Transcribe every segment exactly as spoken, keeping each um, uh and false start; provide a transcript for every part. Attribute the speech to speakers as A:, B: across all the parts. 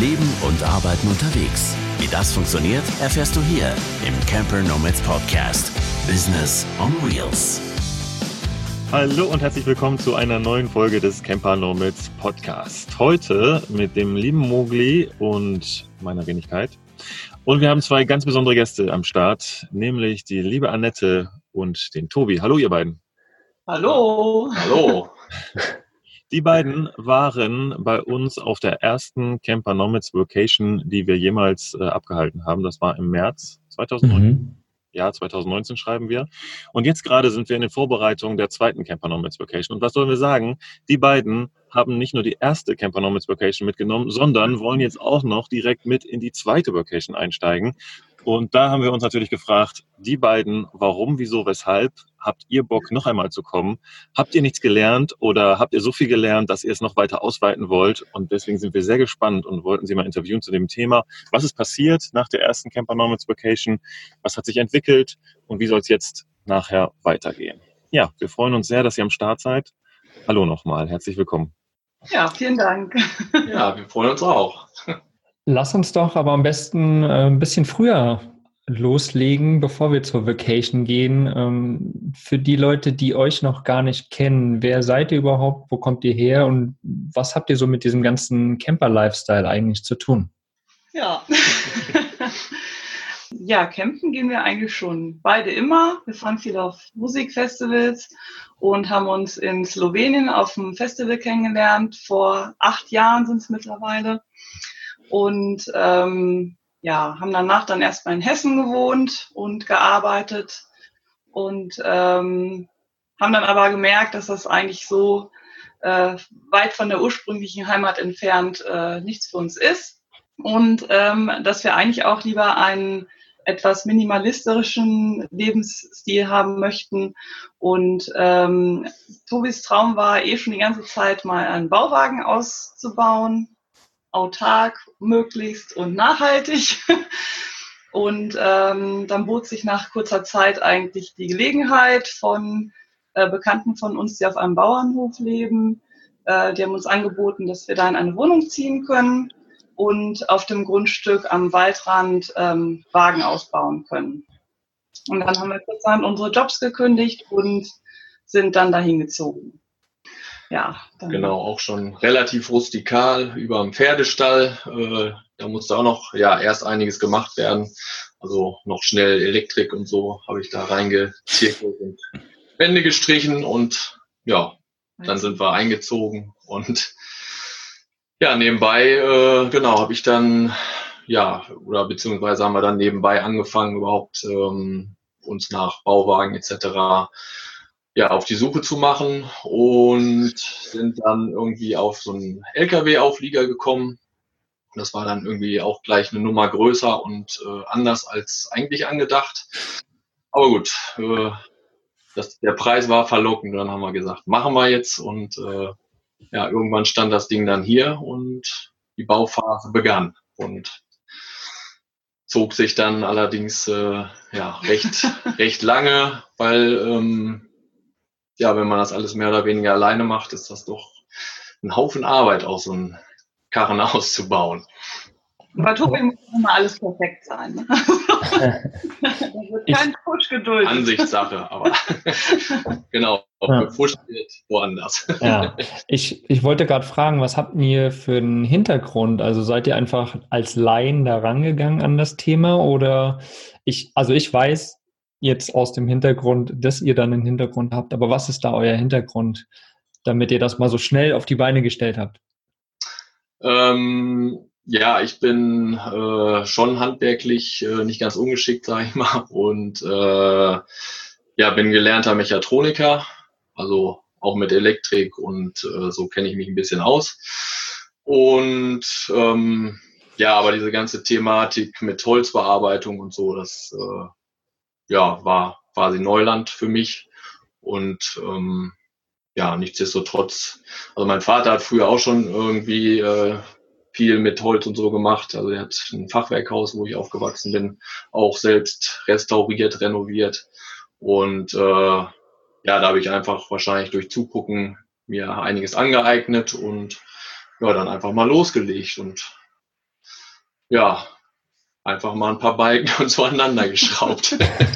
A: Leben und Arbeiten unterwegs. Wie das funktioniert, erfährst du hier im Camper Nomads Podcast. Business on Wheels.
B: Hallo und herzlich willkommen zu einer neuen Folge des Camper Nomads Podcast. Heute mit dem lieben Mogli und meiner Wenigkeit. Und wir haben zwei ganz besondere Gäste am Start, nämlich die liebe Annette und den Tobi. Hallo ihr beiden.
C: Hallo.
D: Hallo.
B: Die beiden waren bei uns auf der ersten Camper Nomads Vacation, die wir jemals äh, abgehalten haben. Das war im März zweitausendneunzehn. Mhm. Ja, zweitausendneunzehn schreiben wir. Und jetzt gerade sind wir in den Vorbereitungen der zweiten Camper Nomads Vacation. Und was sollen wir sagen? Die beiden haben nicht nur die erste Camper Nomads Vacation mitgenommen, sondern wollen jetzt auch noch direkt mit in die zweite Vacation einsteigen. Und da haben wir uns natürlich gefragt, die beiden, warum, wieso, weshalb, habt ihr Bock, noch einmal zu kommen? Habt ihr nichts gelernt oder habt ihr so viel gelernt, dass ihr es noch weiter ausweiten wollt? Und deswegen sind wir sehr gespannt und wollten Sie mal interviewen zu dem Thema. Was ist passiert nach der ersten Camper Nomads Vacation? Was hat sich entwickelt? Und wie soll es jetzt nachher weitergehen? Ja, wir freuen uns sehr, dass ihr am Start seid. Hallo nochmal, herzlich willkommen.
C: Ja, vielen Dank.
D: Ja, wir freuen uns auch.
E: Lass uns doch aber am besten äh, ein bisschen früher loslegen, bevor wir zur Vacation gehen. Ähm, für die Leute, die euch noch gar nicht kennen, wer seid ihr überhaupt, wo kommt ihr her und was habt ihr so mit diesem ganzen Camper-Lifestyle eigentlich zu tun?
C: Ja, ja, campen gehen wir eigentlich schon beide immer. Wir fahren viel auf Musikfestivals und haben uns in Slowenien auf einem Festival kennengelernt. Vor acht Jahren sind es mittlerweile. Und ähm, ja, haben danach dann erstmal in Hessen gewohnt und gearbeitet und ähm, haben dann aber gemerkt, dass das eigentlich so äh, weit von der ursprünglichen Heimat entfernt äh, nichts für uns ist und ähm, dass wir eigentlich auch lieber einen etwas minimalistischeren Lebensstil haben möchten. Und ähm, Tobis Traum war eh schon die ganze Zeit mal einen Bauwagen auszubauen, autark möglichst und nachhaltig. Und ähm, dann bot sich nach kurzer Zeit eigentlich die Gelegenheit von äh, Bekannten von uns, die auf einem Bauernhof leben. Äh, die haben uns angeboten, dass wir da in eine Wohnung ziehen können und auf dem Grundstück am Waldrand ähm, Wagen ausbauen können. Und dann haben wir kurzerhand unsere Jobs gekündigt und sind dann dahin gezogen. Ja, dann
D: genau, auch schon relativ rustikal über dem Pferdestall. Äh, da musste auch noch ja erst einiges gemacht werden. Also noch schnell Elektrik und so habe ich da reingezirkelt und Wände gestrichen und ja, dann sind wir eingezogen und ja, nebenbei, äh, genau, habe ich dann, ja, oder beziehungsweise haben wir dann nebenbei angefangen, überhaupt ähm, uns nach Bauwagen et cetera ja, auf die Suche zu machen und sind dann irgendwie auf so einen L K W-Auflieger gekommen. Das war dann irgendwie auch gleich eine Nummer größer und äh, anders als eigentlich angedacht. Aber gut, äh, das, der Preis war verlockend. Dann haben wir gesagt, machen wir jetzt. Und äh, ja, irgendwann stand das Ding dann hier und die Bauphase begann. Und zog sich dann allerdings äh, ja, recht, recht lange, weil ähm, ja, wenn man das alles mehr oder weniger alleine macht, ist das doch ein Haufen Arbeit, auch so einen Karren auszubauen.
C: Bei Tobi muss immer alles perfekt sein. Ne? Da wird kein Push geduldet.
D: Ansichtssache, aber genau, ob
E: ja.
D: gepusht wird, woanders.
E: Ja. Ich, ich wollte gerade fragen, was habt ihr für einen Hintergrund? Also seid ihr einfach als Laien da rangegangen an das Thema? Oder ich, also ich weiß jetzt aus dem Hintergrund, dass ihr dann einen Hintergrund habt, aber was ist da euer Hintergrund, damit ihr das mal so schnell auf die Beine gestellt habt?
D: Ähm, ja, ich bin äh, schon handwerklich äh, nicht ganz ungeschickt, sage ich mal, und äh, ja, bin gelernter Mechatroniker, also auch mit Elektrik und äh, so kenne ich mich ein bisschen aus. Und ähm, ja, aber diese ganze Thematik mit Holzbearbeitung und so, das äh, ja, war quasi Neuland für mich und ähm, ja, nichtsdestotrotz, also mein Vater hat früher auch schon irgendwie äh, viel mit Holz und so gemacht, also er hat ein Fachwerkhaus, wo ich aufgewachsen bin, auch selbst restauriert, renoviert und äh, ja, da habe ich einfach wahrscheinlich durch Zugucken mir einiges angeeignet und ja, dann einfach mal losgelegt und ja, einfach mal ein paar Balken und so aneinander geschraubt.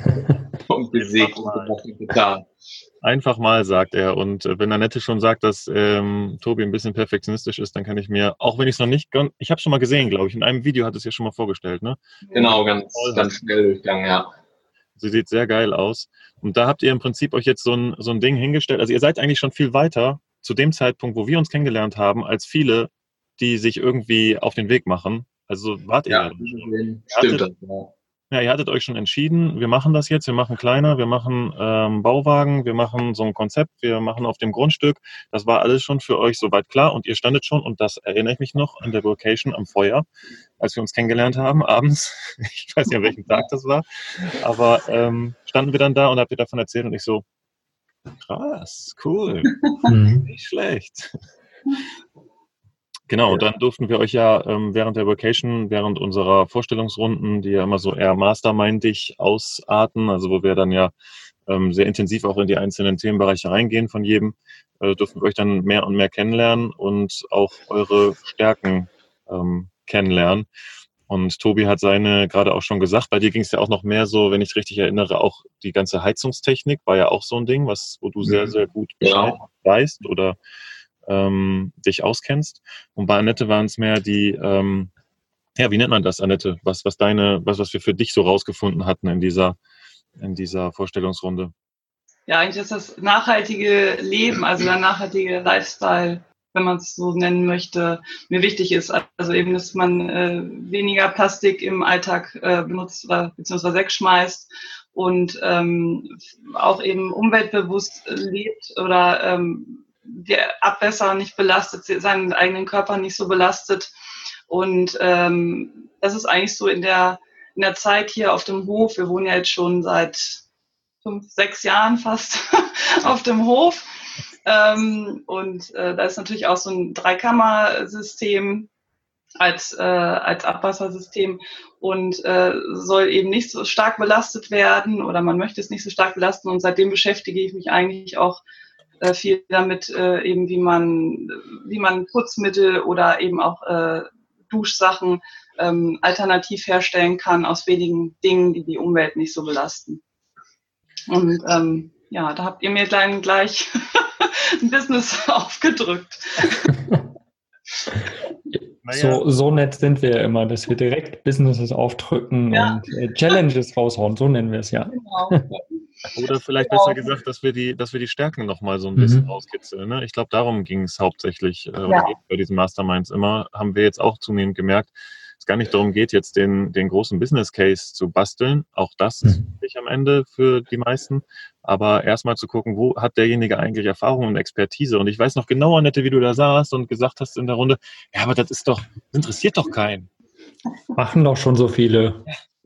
D: Und gesägt und getan.
B: Einfach mal, sagt er. Und äh, wenn Annette schon sagt, dass ähm, Tobi ein bisschen perfektionistisch ist, dann kann ich mir, auch wenn ich es noch nicht, ich habe es schon mal gesehen, glaube ich, in einem Video hat es ja schon mal vorgestellt, ne?
D: Genau, ganz, ganz schnell durchgegangen, ja.
B: Sie sieht sehr geil aus. Und da habt ihr im Prinzip euch jetzt so ein, so ein Ding hingestellt. Also ihr seid eigentlich schon viel weiter zu dem Zeitpunkt, wo wir uns kennengelernt haben, als viele, die sich irgendwie auf den Weg machen. Also wart ihr
D: ja.
B: ja
D: schon. Stimmt das, ja.
B: Ja, ihr hattet euch schon entschieden, wir machen das jetzt, wir machen kleiner, wir machen ähm, Bauwagen, wir machen so ein Konzept, wir machen auf dem Grundstück. Das war alles schon für euch soweit klar und ihr standet schon, und das erinnere ich mich noch, an der Vocation am Feuer, als wir uns kennengelernt haben, abends. Ich weiß nicht, an welchem Tag das war, aber ähm, standen wir dann da und habt ihr davon erzählt und ich so, krass, cool, nicht schlecht. Genau, und dann durften wir euch ja ähm, während der Vacation, während unserer Vorstellungsrunden, die ja immer so eher mastermindig ausarten, also wo wir dann ja ähm, sehr intensiv auch in die einzelnen Themenbereiche reingehen von jedem, äh, durften wir euch dann mehr und mehr kennenlernen und auch eure Stärken ähm, kennenlernen. Und Tobi hat seine gerade auch schon gesagt, bei dir ging es ja auch noch mehr so, wenn ich richtig erinnere, auch die ganze Heizungstechnik war ja auch so ein Ding, was wo du sehr, sehr gut Bescheid ja. weißt oder Ähm, dich auskennst. Und bei Annette waren es mehr die, ähm, ja, wie nennt man das, Annette? Was, was deine, was, was wir für dich so rausgefunden hatten in dieser, in dieser Vorstellungsrunde?
C: Ja, eigentlich ist das nachhaltige Leben, also der nachhaltige Lifestyle, wenn man es so nennen möchte, mir wichtig ist. Also eben, dass man äh, weniger Plastik im Alltag äh, benutzt oder beziehungsweise wegschmeißt und ähm, auch eben umweltbewusst lebt oder ähm, die Abwässer nicht belastet, seinen eigenen Körper nicht so belastet. Und ähm, das ist eigentlich so in der, in der Zeit hier auf dem Hof. Wir wohnen ja jetzt schon seit fünf, sechs Jahren fast auf dem Hof. Ähm, und äh, da ist natürlich auch so ein Dreikammer-System als, äh, als Abwassersystem und äh, soll eben nicht so stark belastet werden oder man möchte es nicht so stark belasten. Und seitdem beschäftige ich mich eigentlich auch viel damit, äh, eben wie man, wie man Putzmittel oder eben auch äh, Duschsachen ähm, alternativ herstellen kann aus wenigen Dingen, die die Umwelt nicht so belasten. Und ähm, ja, da habt ihr mir dann gleich ein Business aufgedrückt.
E: So, so nett sind wir ja immer, dass wir direkt Businesses aufdrücken ja. und äh, Challenges raushauen, so nennen wir es ja. Genau.
B: Oder vielleicht besser gesagt, dass wir die, dass wir die Stärken nochmal so ein bisschen mhm. rauskitzeln. Ne? Ich glaube, darum ging es hauptsächlich äh, ja. bei diesen Masterminds immer, haben wir jetzt auch zunehmend gemerkt, es gar nicht darum geht, jetzt den, den großen Business Case zu basteln. Auch das mhm. ist nicht am Ende für die meisten. Aber erstmal zu gucken, wo hat derjenige eigentlich Erfahrung und Expertise? Und ich weiß noch genau, Annette, wie du da saßt und gesagt hast in der Runde, ja, aber das ist doch, das interessiert doch keinen.
E: Machen doch schon so viele.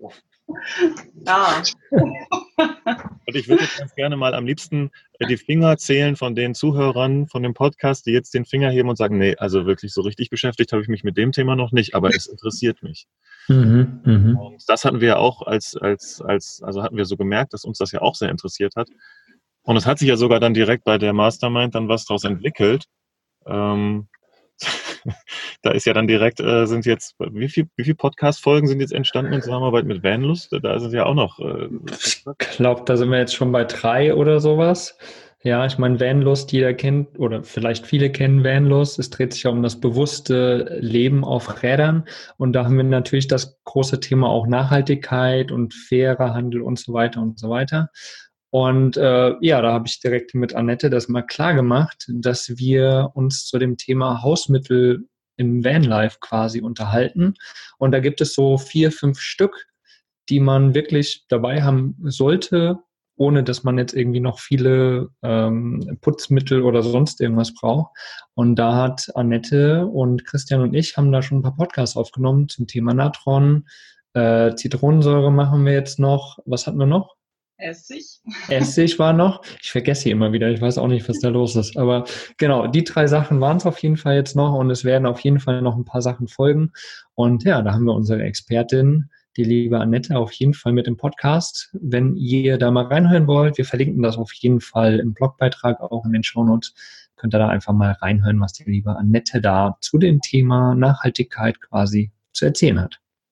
C: Ja.
B: Und ich würde jetzt ganz gerne mal am liebsten die Finger zählen von den Zuhörern von dem Podcast, die jetzt den Finger heben und sagen, nee, also wirklich so richtig beschäftigt habe ich mich mit dem Thema noch nicht, aber es interessiert mich.
E: Mhm, mh.
B: Und das hatten wir ja auch als, als, als, also hatten wir so gemerkt, dass uns das ja auch sehr interessiert hat. Und es hat sich ja sogar dann direkt bei der Mastermind dann was daraus entwickelt. Ähm, da ist ja dann direkt, äh, sind jetzt, wie viel, wie viele Podcast-Folgen sind jetzt entstanden in Zusammenarbeit mit Vanlust? Da ist es ja auch noch. Äh,
E: ich glaube, da sind wir jetzt schon bei drei oder sowas. Ja, ich meine, Vanlust, jeder kennt, oder vielleicht viele kennen Vanlust. Es dreht sich ja um das bewusste Leben auf Rädern. Und da haben wir natürlich das große Thema auch Nachhaltigkeit und fairer Handel und so weiter und so weiter. Und äh, ja, da habe ich direkt mit Annette das mal klar gemacht, dass wir uns zu dem Thema Hausmittel im Vanlife quasi unterhalten. Und da gibt es so vier, fünf Stück, die man wirklich dabei haben sollte, ohne dass man jetzt irgendwie noch viele ähm, Putzmittel oder sonst irgendwas braucht. Und da hat Annette und Christian und ich haben da schon ein paar Podcasts aufgenommen zum Thema Natron. Äh, Zitronensäure machen wir jetzt noch. Was hatten wir noch?
C: Essig.
E: Essig war noch. Ich vergesse sie immer wieder. Ich weiß auch nicht, was da los ist. Aber genau, die drei Sachen waren es auf jeden Fall jetzt noch und es werden auf jeden Fall noch ein paar Sachen folgen. Und ja, da haben wir unsere Expertin, die liebe Annette, auf jeden Fall mit im Podcast. Wenn ihr da mal reinhören wollt, wir verlinken das auf jeden Fall im Blogbeitrag, auch in den Shownotes. Könnt ihr da einfach mal reinhören, was die liebe Annette da zu dem Thema Nachhaltigkeit quasi zu erzählen hat.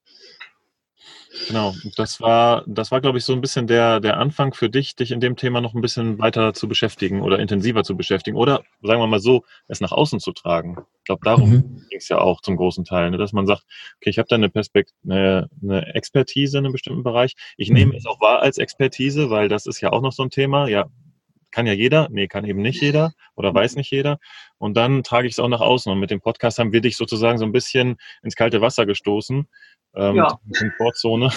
B: Genau, das war, das war, glaube ich, so ein bisschen der, der Anfang für dich, dich in dem Thema noch ein bisschen weiter zu beschäftigen oder intensiver zu beschäftigen oder, sagen wir mal so, es nach außen zu tragen. Ich glaube, darum
E: Mhm.
B: ging es ja auch zum großen Teil, ne? Dass man sagt, okay, ich habe da eine Perspekt eine, eine Expertise in einem bestimmten Bereich. Ich nehme
E: Mhm.
B: es auch wahr als Expertise, weil das ist ja auch noch so ein Thema. Ja, kann ja jeder, nee, kann eben nicht jeder oder weiß nicht jeder. Und dann trage ich es auch nach außen. Und mit dem Podcast haben wir dich sozusagen so ein bisschen ins kalte Wasser gestoßen, ähm,
C: Ja.
B: die Komfortzone.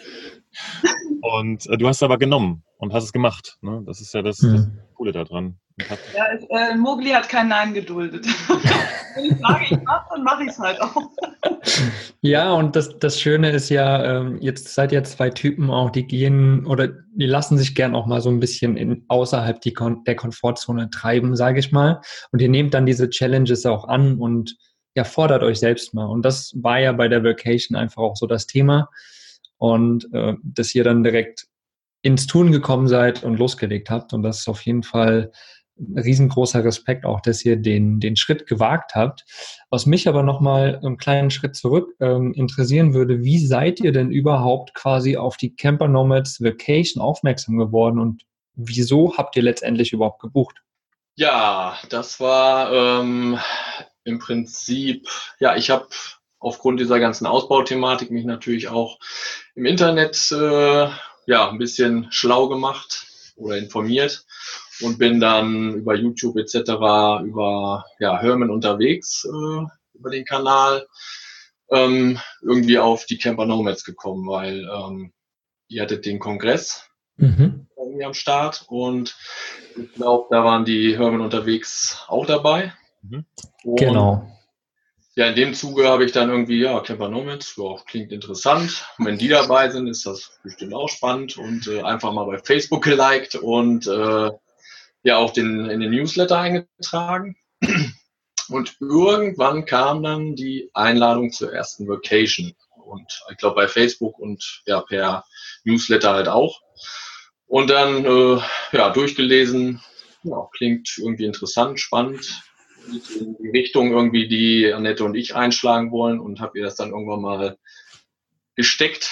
B: Und äh, du hast es aber genommen und hast es gemacht. Ne? Das ist ja das, das
E: Mhm.
B: Coole daran. Und hast-
C: Ja, es, äh, Mowgli hat kein Nein geduldet. Wenn ich sage, ich mache, dann mache ich es halt auch.
E: Ja, und das, das Schöne ist ja, ähm, jetzt seid ihr zwei Typen auch, die gehen oder die lassen sich gern auch mal so ein bisschen in, außerhalb die Kon- der Komfortzone treiben, sage ich mal. Und ihr nehmt dann diese Challenges auch an und ja, fordert euch selbst mal. Und das war ja bei der Vacation einfach auch so das Thema. Und äh, dass ihr dann direkt ins Tun gekommen seid und losgelegt habt. Und das ist auf jeden Fall ein riesengroßer Respekt auch, dass ihr den, den Schritt gewagt habt. Was mich aber nochmal einen kleinen Schritt zurück ähm, interessieren würde, wie seid ihr denn überhaupt quasi auf die Camper Nomads Vacation aufmerksam geworden und wieso habt ihr letztendlich überhaupt gebucht?
D: Ja, das war ähm, im Prinzip, ja, ich habe aufgrund dieser ganzen Ausbauthematik mich natürlich auch im Internet äh, ja ein bisschen schlau gemacht oder informiert und bin dann über YouTube et cetera über ja, Herman unterwegs äh, über den Kanal ähm, irgendwie auf die Camper Nomads gekommen, weil ähm, ihr hattet den Kongress
E: Mhm.
D: irgendwie am Start und ich glaube, da waren die Herman unterwegs auch dabei.
B: Mhm.
D: Und
E: Genau.
D: ja, in dem Zuge habe ich dann irgendwie, ja, Camper Nomads, ja, klingt interessant. Und wenn die dabei sind, ist das bestimmt auch spannend und äh, einfach mal bei Facebook geliked und äh, ja auch den, in den Newsletter eingetragen. Und irgendwann kam dann die Einladung zur ersten Vacation. Und ich glaube bei Facebook und ja per Newsletter halt auch. Und dann äh, ja durchgelesen, ja, klingt irgendwie interessant, spannend, in die Richtung irgendwie, die Annette und ich einschlagen wollen und habe ihr das dann irgendwann mal gesteckt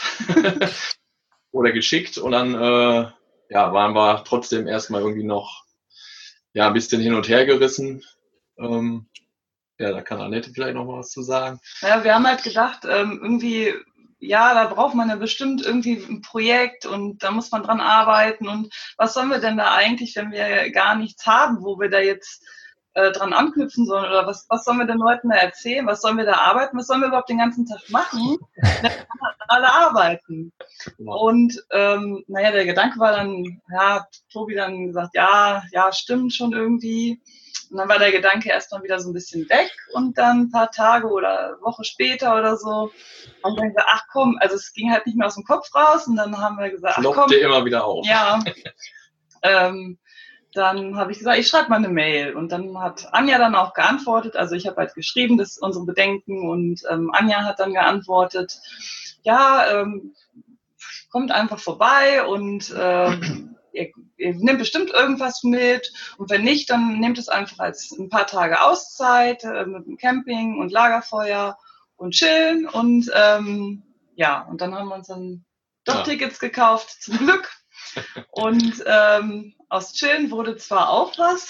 D: oder geschickt und dann äh, ja, waren wir trotzdem erstmal irgendwie noch ja, ein bisschen hin und her gerissen. Ähm, ja, da kann Annette vielleicht noch mal was zu sagen.
C: Ja, wir haben halt gedacht, ähm, irgendwie, ja, da braucht man ja bestimmt irgendwie ein Projekt und da muss man dran arbeiten. Und was sollen wir denn da eigentlich, wenn wir gar nichts haben, wo wir da jetzt äh, dran anknüpfen sollen? Oder was, was sollen wir den Leuten da erzählen? Was sollen wir da arbeiten? Was sollen wir überhaupt den ganzen Tag machen? Wenn alle arbeiten.
D: Genau.
C: Und ähm, naja, der Gedanke war dann, ja, Tobi dann gesagt, ja, ja, stimmt schon irgendwie. Und dann war der Gedanke erstmal wieder so ein bisschen weg und dann ein paar Tage oder eine Woche später oder so haben wir gesagt, ach komm, also es ging halt nicht mehr aus dem Kopf raus und dann haben wir gesagt, ach komm,
D: Ploppte immer wieder auf.
C: ja, ähm, dann habe ich gesagt, ich schreibe mal eine Mail und dann hat Anja dann auch geantwortet, also ich habe halt geschrieben, das ist unsere Bedenken und ähm, Anja hat dann geantwortet, ja, ähm, kommt einfach vorbei und ähm, ihr, ihr nehmt bestimmt irgendwas mit und wenn nicht, dann nehmt es einfach als ein paar Tage Auszeit äh, mit dem Camping und Lagerfeuer und chillen und ähm, ja, und dann haben wir uns dann doch
D: Ja.
C: Tickets gekauft, zum Glück. Und ähm, aus Chillen wurde zwar auch was,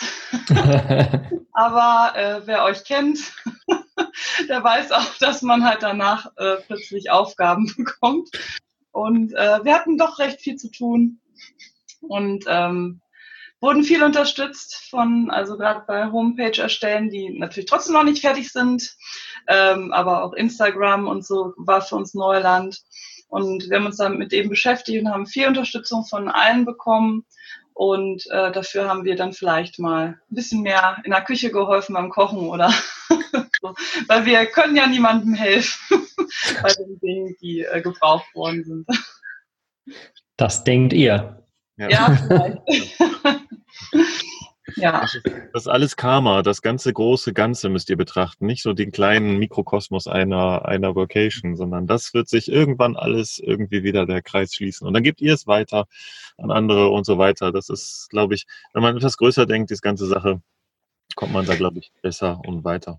C: aber äh, wer euch kennt, der weiß auch, dass man halt danach äh, plötzlich Aufgaben bekommt. Und äh, wir hatten doch recht viel zu tun und ähm, wurden viel unterstützt von, also gerade bei Homepage erstellen, die natürlich trotzdem noch nicht fertig sind, ähm, aber auch Instagram und so war für uns Neuland. Und wir haben uns damit eben beschäftigt und haben viel Unterstützung von allen bekommen. Und äh, dafür haben wir dann vielleicht mal ein bisschen mehr in der Küche geholfen beim Kochen oder so. Weil wir können ja niemandem helfen bei den Dingen, die äh, gebraucht worden sind.
E: Das denkt ihr.
B: Ja.
C: Ja, vielleicht. Ja.
B: Das ist, das ist alles Karma, das ganze große Ganze müsst ihr betrachten, nicht so den kleinen Mikrokosmos einer, einer Vocation, sondern das wird sich irgendwann alles irgendwie wieder der Kreis schließen. Und dann gebt ihr es weiter an andere und so weiter. Das ist, glaube ich, wenn man etwas größer denkt, die ganze Sache, kommt man da, glaube ich, besser und weiter.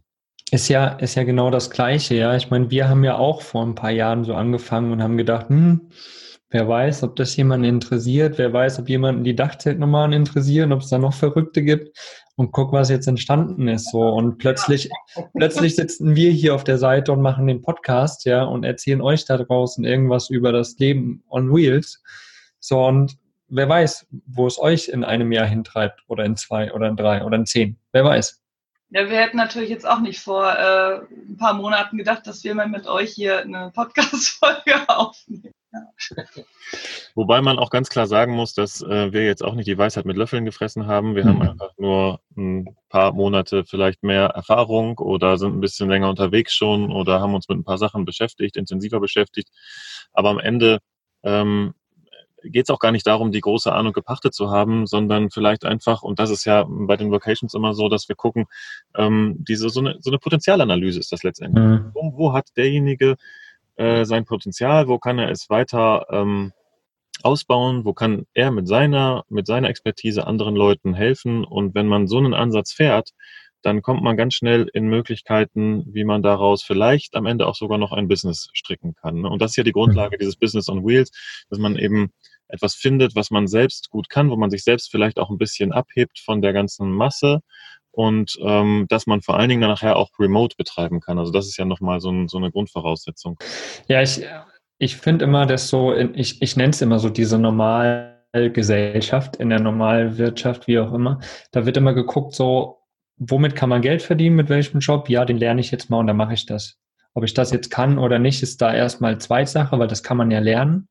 E: Ist ja, ist ja genau das Gleiche, ja. Ich meine, wir haben ja auch vor ein paar Jahren so angefangen und haben gedacht, hm, wer weiß, ob das jemanden interessiert, wer weiß, ob jemanden die Dachzeltnummern interessieren, ob es da noch Verrückte gibt. Und guck, was jetzt entstanden ist. So. Und plötzlich, plötzlich sitzen wir hier auf der Seite und machen den Podcast, ja, und erzählen euch da draußen irgendwas über das Leben on Wheels. So, und wer weiß, wo es euch in einem Jahr hintreibt oder in zwei oder in drei oder in zehn. Wer weiß.
C: Ja, wir hätten natürlich jetzt auch nicht vor äh, ein paar Monaten gedacht, dass wir mal mit euch hier eine Podcast-Folge aufnehmen. Ja.
B: Wobei man auch ganz klar sagen muss, dass äh, wir jetzt auch nicht die Weisheit mit Löffeln gefressen haben. Wir mhm. haben einfach nur ein paar Monate vielleicht mehr Erfahrung oder sind ein bisschen länger unterwegs schon oder haben uns mit ein paar Sachen beschäftigt, intensiver beschäftigt. Aber am Ende ähm, geht es auch gar nicht darum, die große Ahnung gepachtet zu haben, sondern vielleicht einfach, und das ist ja bei den Vocations immer so, dass wir gucken, ähm, diese so eine, so eine Potenzialanalyse ist das letztendlich. Mhm. Wo, wo hat derjenige äh, sein Potenzial, wo kann er es weiter ähm, ausbauen, wo kann er mit seiner, mit seiner Expertise anderen Leuten helfen, und wenn man so einen Ansatz fährt, dann kommt man ganz schnell in Möglichkeiten, wie man daraus vielleicht am Ende auch sogar noch ein Business stricken kann. Und das ist ja die Grundlage mhm. dieses Business on Wheels, dass man eben etwas findet, was man selbst gut kann, wo man sich selbst vielleicht auch ein bisschen abhebt von der ganzen Masse und ähm, dass man vor allen Dingen dann nachher auch remote betreiben kann. Also das ist ja nochmal so, ein, so eine Grundvoraussetzung.
E: Ja, ich, ich finde immer, dass so, ich, ich nenne es immer so diese Normalgesellschaft, in der Normalwirtschaft, wie auch immer, da wird immer geguckt so, womit kann man Geld verdienen, mit welchem Job? Ja, den lerne ich jetzt mal und dann mache ich das. Ob ich das jetzt kann oder nicht, ist da erstmal Zweitsache, weil das kann man ja lernen.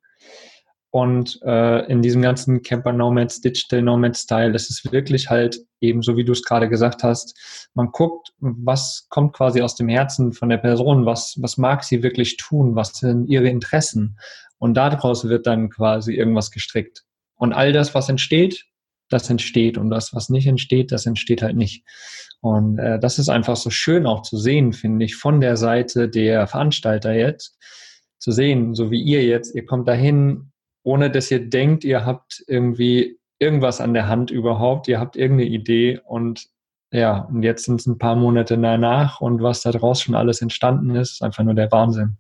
E: Und äh, in diesem ganzen Camper Nomads, Digital Nomad Style, ist es wirklich halt eben so, wie du es gerade gesagt hast, man guckt, was kommt quasi aus dem Herzen von der Person, was, was mag sie wirklich tun, was sind ihre Interessen. Und daraus wird dann quasi irgendwas gestrickt. Und all das, was entsteht, das entsteht. Und das, was nicht entsteht, das entsteht halt nicht. Und äh, das ist einfach so schön auch zu sehen, finde ich, von der Seite der Veranstalter jetzt, zu sehen, so wie ihr jetzt, ihr kommt dahin, ohne dass ihr denkt, ihr habt irgendwie irgendwas an der Hand überhaupt, ihr habt irgendeine Idee, und ja, und jetzt sind es ein paar Monate danach und was da draus schon alles entstanden ist, ist einfach nur der Wahnsinn.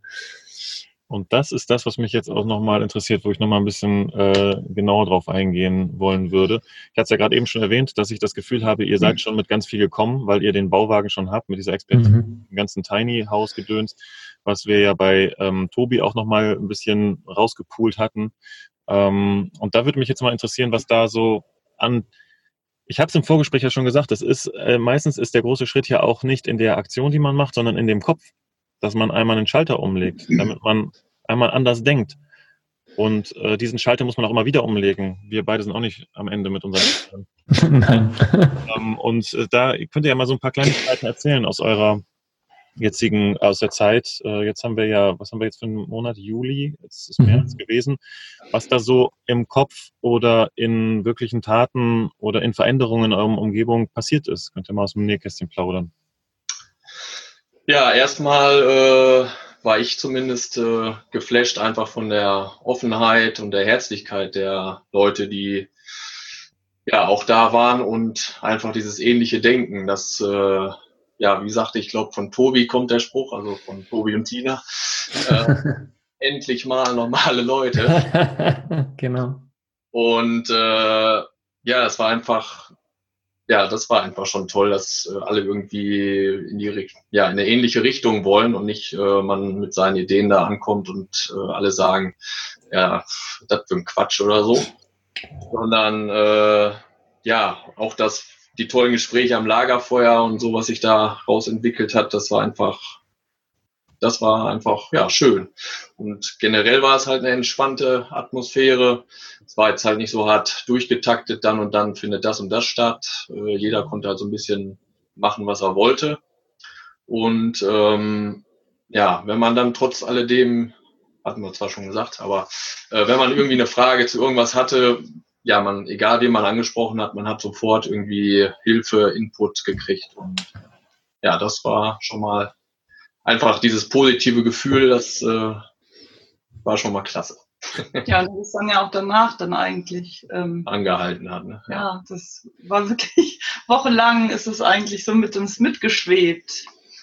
B: Und das ist das, was mich jetzt auch nochmal interessiert, wo ich nochmal ein bisschen äh, genauer drauf eingehen wollen würde. Ich hatte es ja gerade eben schon erwähnt, dass ich das Gefühl habe, ihr seid schon mit ganz viel gekommen, weil ihr den Bauwagen schon habt, mit dieser Expertise, mhm. dem ganzen Tiny-House-Gedöns, was wir ja bei ähm, Tobi auch nochmal ein bisschen rausgepoolt hatten. Ähm, und da würde mich jetzt mal interessieren, was da so an... Ich habe es im Vorgespräch ja schon gesagt, das ist äh, meistens ist der große Schritt ja auch nicht in der Aktion, die man macht, sondern in dem Kopf, dass man einmal einen Schalter umlegt, damit man einmal anders denkt. Und äh, diesen Schalter muss man auch immer wieder umlegen. Wir beide sind auch nicht am Ende mit unseren Nein. ähm, und äh, da könnt ihr ja mal so ein paar Kleinigkeiten erzählen aus eurer jetzigen, aus der Zeit. Äh, jetzt haben wir ja, was haben wir jetzt für einen Monat? Juli, jetzt ist März mhm. gewesen. Was da so im Kopf oder in wirklichen Taten oder in Veränderungen in eurer Umgebung passiert ist. Könnt ihr mal aus dem Nähkästchen plaudern.
D: Ja, erstmal äh, war ich zumindest äh, geflasht einfach von der Offenheit und der Herzlichkeit der Leute, die ja auch da waren, und einfach dieses ähnliche Denken, das, äh, ja, wie sagte ich, glaube von Tobi kommt der Spruch, also von Tobi und Tina, äh, endlich mal normale Leute.
E: Genau.
D: Und äh, ja, es war einfach... Ja, das war einfach schon toll, dass äh, alle irgendwie in die ja in eine ähnliche Richtung wollen und nicht äh, man mit seinen Ideen da ankommt und äh, alle sagen, ja, das für ein Quatsch oder so, sondern äh, ja, auch das, die tollen Gespräche am Lagerfeuer und so, was sich da rausentwickelt hat, das war einfach, das war einfach, ja, schön. Und generell war es halt eine entspannte Atmosphäre. Es war jetzt halt nicht so hart durchgetaktet, dann und dann findet das und das statt. Äh, jeder konnte halt so ein bisschen machen, was er wollte. Und ähm, ja, wenn man dann trotz alledem, hatten wir zwar schon gesagt, aber äh, wenn man irgendwie eine Frage zu irgendwas hatte, ja, man, egal wen man angesprochen hat, man hat sofort irgendwie Hilfe, Input gekriegt. Und ja, das war schon mal einfach dieses positive Gefühl, das äh, war schon mal klasse.
C: Ja, und das ist dann ja auch danach dann eigentlich ähm,
D: angehalten hat. Ne?
C: Ja. ja, das war wirklich, wochenlang ist es eigentlich so mit uns mitgeschwebt.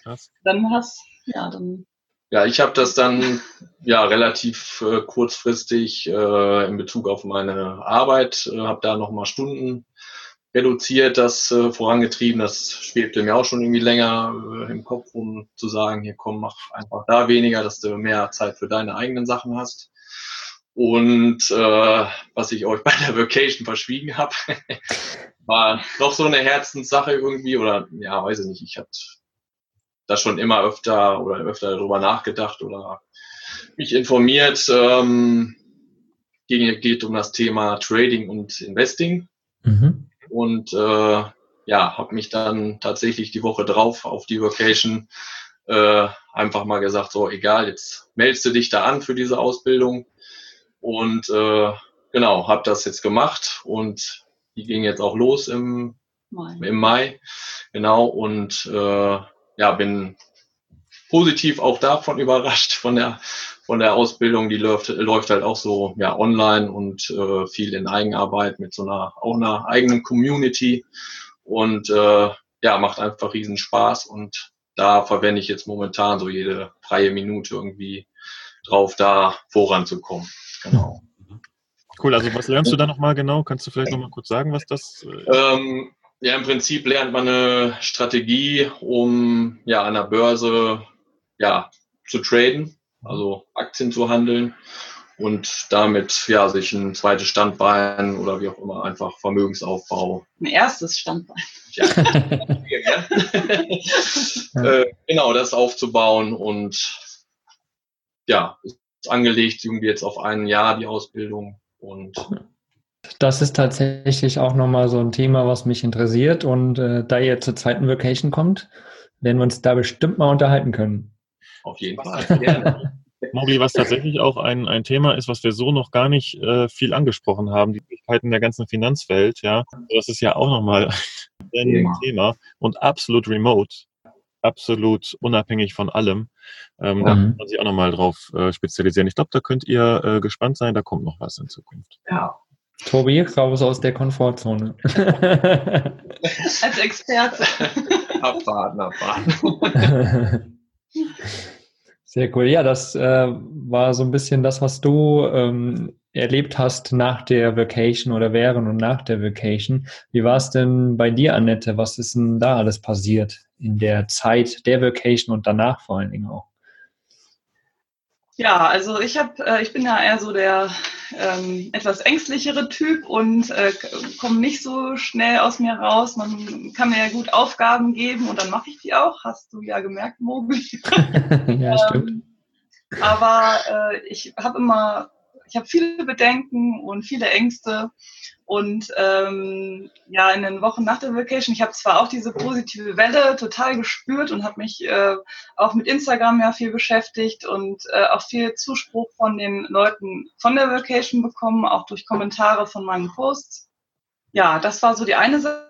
B: Krass.
C: Dann hast, ja, dann.
D: Ja, ich habe das dann ja relativ äh, kurzfristig äh, in Bezug auf meine Arbeit, äh, habe da nochmal Stunden reduziert, das äh, vorangetrieben. Das schwebte mir auch schon irgendwie länger äh, im Kopf, um zu sagen, hier komm, mach einfach da weniger, dass du mehr Zeit für deine eigenen Sachen hast. Und äh, was ich euch bei der Vacation verschwiegen habe, war doch so eine Herzenssache irgendwie, oder ja, weiß ich nicht, ich hatte da schon immer öfter oder öfter darüber nachgedacht oder mich informiert. Ähm, geht, geht um das Thema Trading und Investing.
E: Mhm.
D: Und äh, ja, habe mich dann tatsächlich die Woche drauf auf die Vacation äh, einfach mal gesagt, so egal, jetzt meldest du dich da an für diese Ausbildung. Und äh, genau, habe das jetzt gemacht und die ging jetzt auch los im Mai. Im Mai. Genau, und äh, ja, bin positiv auch davon überrascht von der von der Ausbildung. Die läuft, läuft halt auch so ja online und äh, viel in Eigenarbeit mit so einer auch einer eigenen Community und äh, ja, macht einfach riesen Spaß und da verwende ich jetzt momentan so jede freie Minute irgendwie drauf, da voranzukommen. Genau.
B: Cool, also was lernst du da nochmal genau? Kannst du vielleicht nochmal kurz sagen, was das
D: ist? Ähm, ja, im Prinzip lernt man eine Strategie, um ja an der Börse ja zu traden, also Aktien zu handeln und damit ja sich ein zweites Standbein oder wie auch immer einfach Vermögensaufbau.
C: Ein erstes Standbein.
D: Ja, äh, genau, das aufzubauen und ja, ist angelegt irgendwie jetzt auf ein Jahr die Ausbildung und
E: das ist tatsächlich auch nochmal so ein Thema, was mich interessiert und äh, da ihr zur zweiten Vacation kommt, werden wir uns da bestimmt mal unterhalten können.
D: Auf jeden Fall, gerne.
B: Mowgli, was tatsächlich auch ein, ein Thema ist, was wir so noch gar nicht äh, viel angesprochen haben, die Möglichkeiten der ganzen Finanzwelt, ja, das ist ja auch nochmal ein ja. Thema und absolut remote, absolut unabhängig von allem. Ähm, mhm. Da kann man sich auch nochmal drauf äh, spezialisieren. Ich glaube, da könnt ihr äh, gespannt sein, da kommt noch was in Zukunft.
C: Ja.
E: Tobi, raus aus der Komfortzone.
C: Als Experte.
D: Abwarten, abwarten.
E: Sehr cool. Ja, das äh, war so ein bisschen das, was du ähm, erlebt hast nach der Vacation oder während und nach der Vacation. Wie war es denn bei dir, Annette? Was ist denn da alles passiert in der Zeit der Vacation und danach vor allen Dingen auch?
C: Ja, also ich habe, äh, ich bin ja eher so der ähm, etwas ängstlichere Typ und äh, komme nicht so schnell aus mir raus. Man kann mir ja gut Aufgaben geben und dann mache ich die auch. Hast du ja gemerkt, Mowgli.
E: Ja, stimmt.
C: ähm, aber äh, ich habe immer, ich habe viele Bedenken und viele Ängste. Und ähm, ja, in den Wochen nach der Vacation, ich habe zwar auch diese positive Welle total gespürt und habe mich äh, auch mit Instagram ja viel beschäftigt und äh, auch viel Zuspruch von den Leuten von der Vacation bekommen, auch durch Kommentare von meinen Posts. Ja, das war so die eine Sache.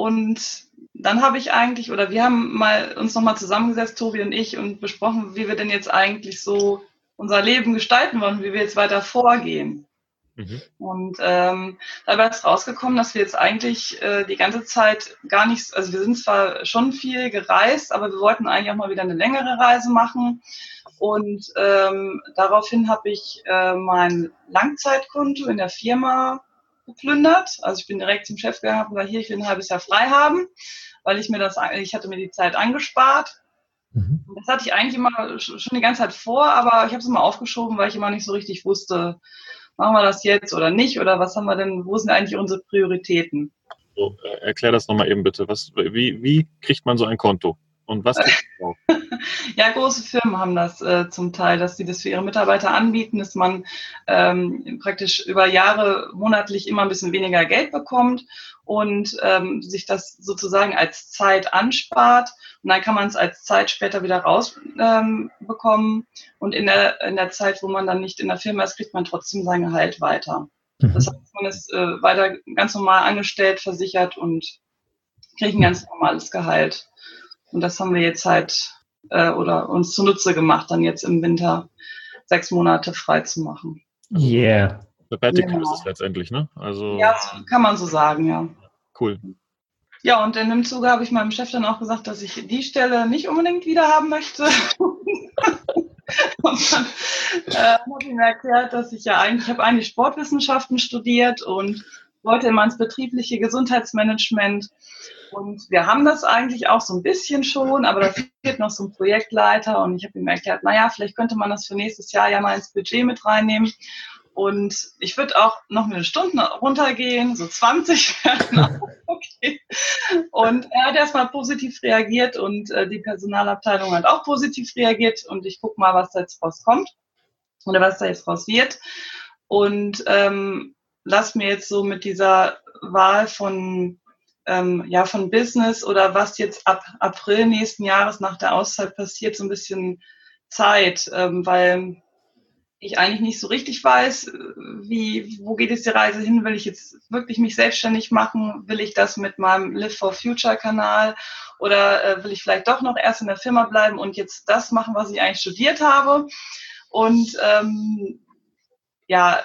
C: Und dann habe ich eigentlich, oder wir haben mal uns nochmal zusammengesetzt, Tobi und ich, und besprochen, wie wir denn jetzt eigentlich so unser Leben gestalten wollen, wie wir jetzt weiter vorgehen. Mhm. Und ähm, dabei ist rausgekommen, dass wir jetzt eigentlich äh, die ganze Zeit gar nichts, also wir sind zwar schon viel gereist, aber wir wollten eigentlich auch mal wieder eine längere Reise machen. Und ähm, daraufhin habe ich äh, mein Langzeitkonto in der Firma geplündert. Also ich bin direkt zum Chef gegangen und gesagt, hier, ich will ein halbes Jahr frei haben, weil ich mir das, ich hatte mir die Zeit angespart. Mhm. Das hatte ich eigentlich immer schon die ganze Zeit vor, aber ich habe es immer aufgeschoben, weil ich immer nicht so richtig wusste, machen wir das jetzt oder nicht? Oder was haben wir denn, wo sind eigentlich unsere Prioritäten?
B: So, äh, erklär das nochmal eben bitte. Was, wie, wie kriegt man so ein Konto? Und was kriegt man drauf?
C: Ja, große Firmen haben das äh, zum Teil, dass sie das für ihre Mitarbeiter anbieten, dass man ähm, praktisch über Jahre monatlich immer ein bisschen weniger Geld bekommt und ähm, sich das sozusagen als Zeit anspart. Und dann kann man es als Zeit später wieder rausbekommen. Ähm, und in der, in der Zeit, wo man dann nicht in der Firma ist, kriegt man trotzdem sein Gehalt weiter. Mhm. Das heißt, man ist äh, weiter ganz normal angestellt, versichert und kriegt ein ganz normales Gehalt. Und das haben wir jetzt halt äh, oder uns zunutze gemacht, dann jetzt im Winter sechs Monate frei zu machen.
E: Yeah.
B: Sabbatical genau. Ist es letztendlich, ne? Also,
C: ja, so kann man so sagen, ja.
B: Cool.
C: Ja, und in dem Zuge habe ich meinem Chef dann auch gesagt, dass ich die Stelle nicht unbedingt wieder haben möchte. Und dann äh, habe ich mir erklärt, dass ich ja eigentlich, ich habe eigentlich Sportwissenschaften studiert und wollte immer ins betriebliche Gesundheitsmanagement. Und wir haben das eigentlich auch so ein bisschen schon, aber da fehlt noch so ein Projektleiter. Und ich habe ihm erklärt, naja, vielleicht könnte man das für nächstes Jahr ja mal ins Budget mit reinnehmen. Und ich würde auch noch eine Stunde runtergehen, so zwanzig werden. Okay. Und er hat erstmal positiv reagiert und äh, die Personalabteilung hat auch positiv reagiert. Und ich gucke mal, was da jetzt rauskommt oder was da jetzt raus wird. Und ähm, lass mir jetzt so mit dieser Wahl von, ähm, ja, von Business oder was jetzt ab April nächsten Jahres nach der Auszeit passiert, so ein bisschen Zeit, ähm, weil ich eigentlich nicht so richtig weiß, wie, wo geht jetzt die Reise hin? Will ich jetzt wirklich mich selbstständig machen? Will ich das mit meinem Live for Future Kanal oder äh, will ich vielleicht doch noch erst in der Firma bleiben und jetzt das machen, was ich eigentlich studiert habe? Und ähm, ja,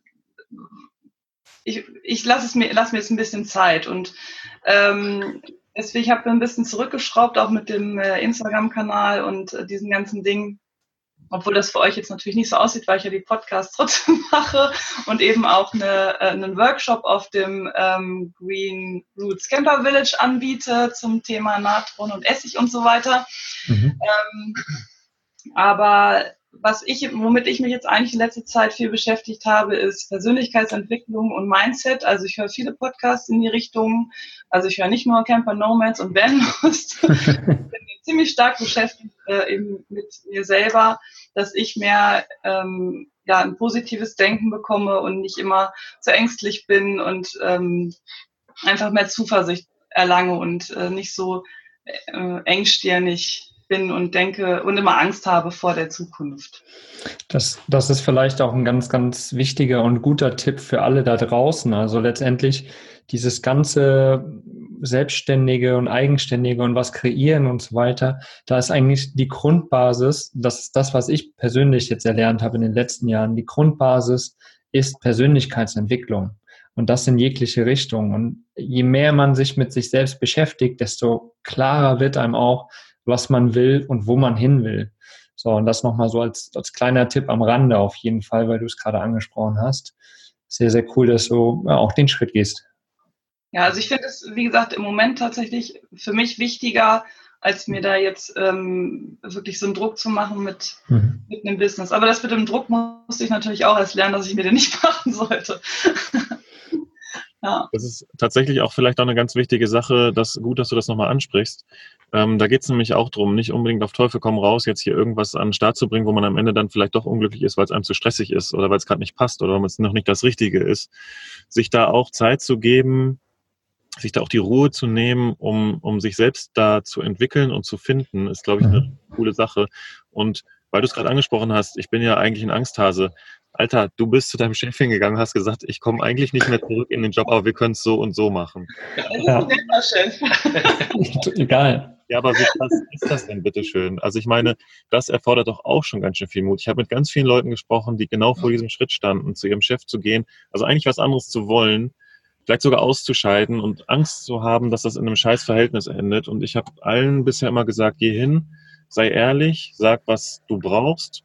C: ich, ich lasse es mir, lass mir jetzt ein bisschen Zeit und ähm, deswegen habe ich ein bisschen zurückgeschraubt, auch mit dem äh, Instagram-Kanal und äh, diesen ganzen Dingen. Obwohl das für euch jetzt natürlich nicht so aussieht, weil ich ja die Podcasts trotzdem mache und eben auch eine, äh, einen Workshop auf dem ähm, Green Roots Camper Village anbiete zum Thema Natron und Essig und so weiter. Mhm. Ähm, aber was ich, womit ich mich jetzt eigentlich in letzter Zeit viel beschäftigt habe, ist Persönlichkeitsentwicklung und Mindset. Also ich höre viele Podcasts in die Richtung. Also ich höre nicht nur Camper Nomads und Vanlust. Ich bin ziemlich stark beschäftigt äh, eben mit mir selber, dass ich mehr ähm, ja, ein positives Denken bekomme und nicht immer so ängstlich bin und ähm, einfach mehr Zuversicht erlange und äh, nicht so äh, engstirnig bin und denke und immer Angst habe vor der Zukunft.
E: Das, das ist vielleicht auch ein ganz, ganz wichtiger und guter Tipp für alle da draußen. Also letztendlich dieses ganze Selbstständige und Eigenständige und was kreieren und so weiter, da ist eigentlich die Grundbasis, das ist das, was ich persönlich jetzt erlernt habe in den letzten Jahren, die Grundbasis ist Persönlichkeitsentwicklung. Und das in jegliche Richtung. Und je mehr man sich mit sich selbst beschäftigt, desto klarer wird einem auch, was man will und wo man hin will. So, und das nochmal so als, als kleiner Tipp am Rande auf jeden Fall, weil du es gerade angesprochen hast. Sehr, sehr cool, dass du ja, auch den Schritt gehst.
C: Ja, also ich finde es, wie gesagt, im Moment tatsächlich für mich wichtiger, als mir da jetzt ähm, wirklich so einen Druck zu machen mit, mhm. mit einem Business. Aber das mit dem Druck musste ich natürlich auch erst lernen, dass ich mir den nicht machen sollte.
B: Ja. Das ist tatsächlich auch vielleicht auch eine ganz wichtige Sache, dass gut, dass du das nochmal ansprichst. Ähm, da geht es nämlich auch darum, nicht unbedingt auf Teufel komm raus, jetzt hier irgendwas an den Start zu bringen, wo man am Ende dann vielleicht doch unglücklich ist, weil es einem zu stressig ist oder weil es gerade nicht passt oder weil es noch nicht das Richtige ist. Sich da auch Zeit zu geben, sich da auch die Ruhe zu nehmen, um, um sich selbst da zu entwickeln und zu finden, ist, glaube ich, eine mhm. coole Sache. Und weil du es gerade angesprochen hast, ich bin ja eigentlich ein Angsthase. Alter, du bist zu deinem Chef hingegangen, hast gesagt, ich komme eigentlich nicht mehr zurück in den Job, aber wir können es so und so machen.
C: Ja. Das ist ein netter
E: Chef. Egal.
B: Ja, aber wie krass ist das denn, bitteschön? Also ich meine, das erfordert doch auch schon ganz schön viel Mut. Ich habe mit ganz vielen Leuten gesprochen, die genau vor diesem Schritt standen, zu ihrem Chef zu gehen, also eigentlich was anderes zu wollen, vielleicht sogar auszuscheiden und Angst zu haben, dass das in einem scheiß Verhältnis endet. Und ich habe allen bisher immer gesagt, geh hin, sei ehrlich, sag, was du brauchst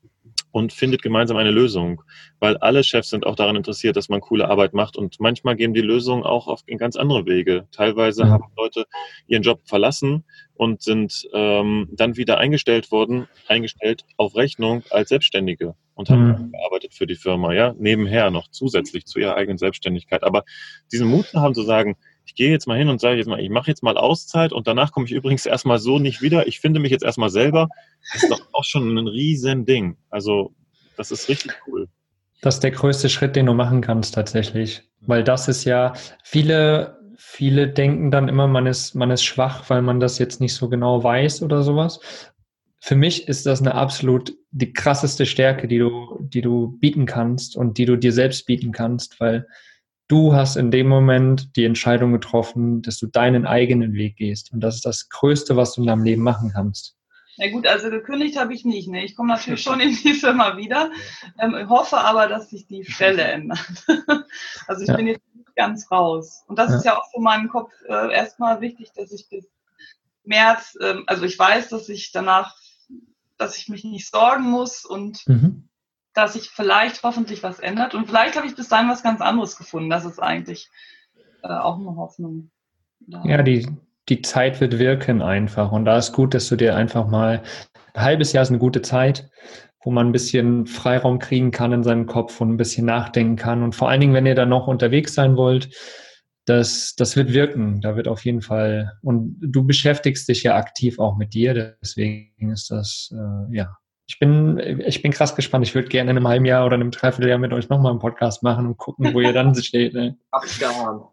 B: und findet gemeinsam eine Lösung. Weil alle Chefs sind auch daran interessiert, dass man coole Arbeit macht. Und manchmal gehen die Lösungen auch auf in ganz andere Wege. Teilweise mhm. haben Leute ihren Job verlassen und sind ähm, dann wieder eingestellt worden, eingestellt auf Rechnung als Selbstständige und haben mhm. gearbeitet für die Firma, ja, nebenher noch zusätzlich zu ihrer eigenen Selbstständigkeit. Aber diesen Mut zu haben, zu sagen, ich gehe jetzt mal hin und sage jetzt mal, ich mache jetzt mal Auszeit und danach komme ich übrigens erstmal so nicht wieder. Ich finde mich jetzt erstmal selber. Das ist doch auch schon ein riesen Ding. Also das ist richtig cool.
E: Das ist der größte Schritt, den du machen kannst tatsächlich. Weil das ist ja, viele, viele denken dann immer, man ist, man ist schwach, weil man das jetzt nicht so genau weiß oder sowas. Für mich ist das eine absolut die krasseste Stärke, die du, die du bieten kannst und die du dir selbst bieten kannst, weil du hast in dem Moment die Entscheidung getroffen, dass du deinen eigenen Weg gehst. Und das ist das Größte, was du in deinem Leben machen kannst.
C: Ja gut, also gekündigt habe ich nicht. Ne? Ich komme natürlich schon in die Firma wieder. Ähm, ich hoffe aber, dass sich die Stelle ändert. Also ich ja. bin jetzt ganz raus. Und das ja. ist ja auch für meinen Kopf äh, erstmal wichtig, dass ich bis März, äh, also ich weiß, dass ich danach, dass ich mich nicht sorgen muss und mhm. dass sich vielleicht hoffentlich was ändert. Und vielleicht habe ich bis dahin was ganz anderes gefunden. Das ist eigentlich äh, auch eine Hoffnung.
E: Ja, die, die Zeit wird wirken einfach. Und da ist gut, dass du dir einfach mal, ein halbes Jahr ist eine gute Zeit, wo man ein bisschen Freiraum kriegen kann in seinem Kopf und ein bisschen nachdenken kann. Und vor allen Dingen, wenn ihr dann noch unterwegs sein wollt, das, das wird wirken. Da wird auf jeden Fall, und du beschäftigst dich ja aktiv auch mit dir, deswegen ist das, äh, ja. Ich bin, ich bin krass gespannt. Ich würde gerne in einem halben Jahr oder einem Dreivierteljahr mit euch nochmal einen Podcast machen und gucken, wo ihr dann steht. Ne?
D: Abgehauen.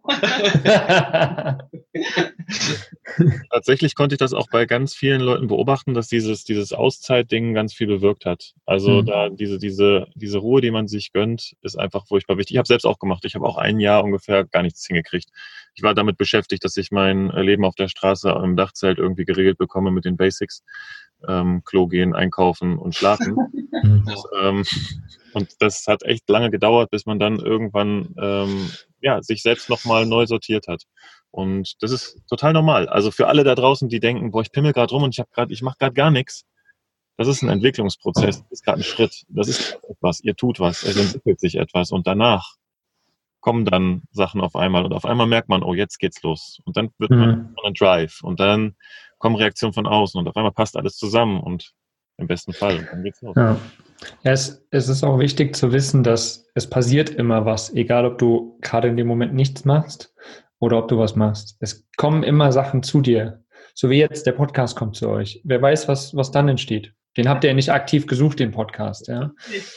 B: Tatsächlich konnte ich das auch bei ganz vielen Leuten beobachten, dass dieses, dieses Auszeit-Ding ganz viel bewirkt hat. Also mhm. da diese, diese, diese Ruhe, die man sich gönnt, ist einfach furchtbar wichtig. Ich habe selbst auch gemacht. Ich habe auch ein Jahr ungefähr gar nichts hingekriegt. Ich war damit beschäftigt, dass ich mein Leben auf der Straße im Dachzelt irgendwie geregelt bekomme mit den Basics. Ähm, Klo gehen, einkaufen und schlafen. und, ähm, und das hat echt lange gedauert, bis man dann irgendwann ähm, ja, sich selbst nochmal neu sortiert hat. Und das ist total normal. Also für alle da draußen, die denken, boah, ich pimmel gerade rum und ich habe gerade, ich mache gerade gar nichts. Das ist ein Entwicklungsprozess, das ist gerade ein Schritt. Das ist etwas, ihr tut was, es entwickelt sich etwas und danach kommen dann Sachen auf einmal und auf einmal merkt man, oh, jetzt geht's los. Und dann wird man ein Drive und dann kommen Reaktionen von außen und auf einmal passt alles zusammen und im besten Fall und dann geht's los.
E: Ja, ja es, es ist auch wichtig zu wissen, dass es passiert immer was, egal ob du gerade in dem Moment nichts machst oder ob du was machst. Es kommen immer Sachen zu dir, so wie jetzt der Podcast kommt zu euch. Wer weiß, was, was dann entsteht. Den habt ihr ja nicht aktiv gesucht, den Podcast. Ja?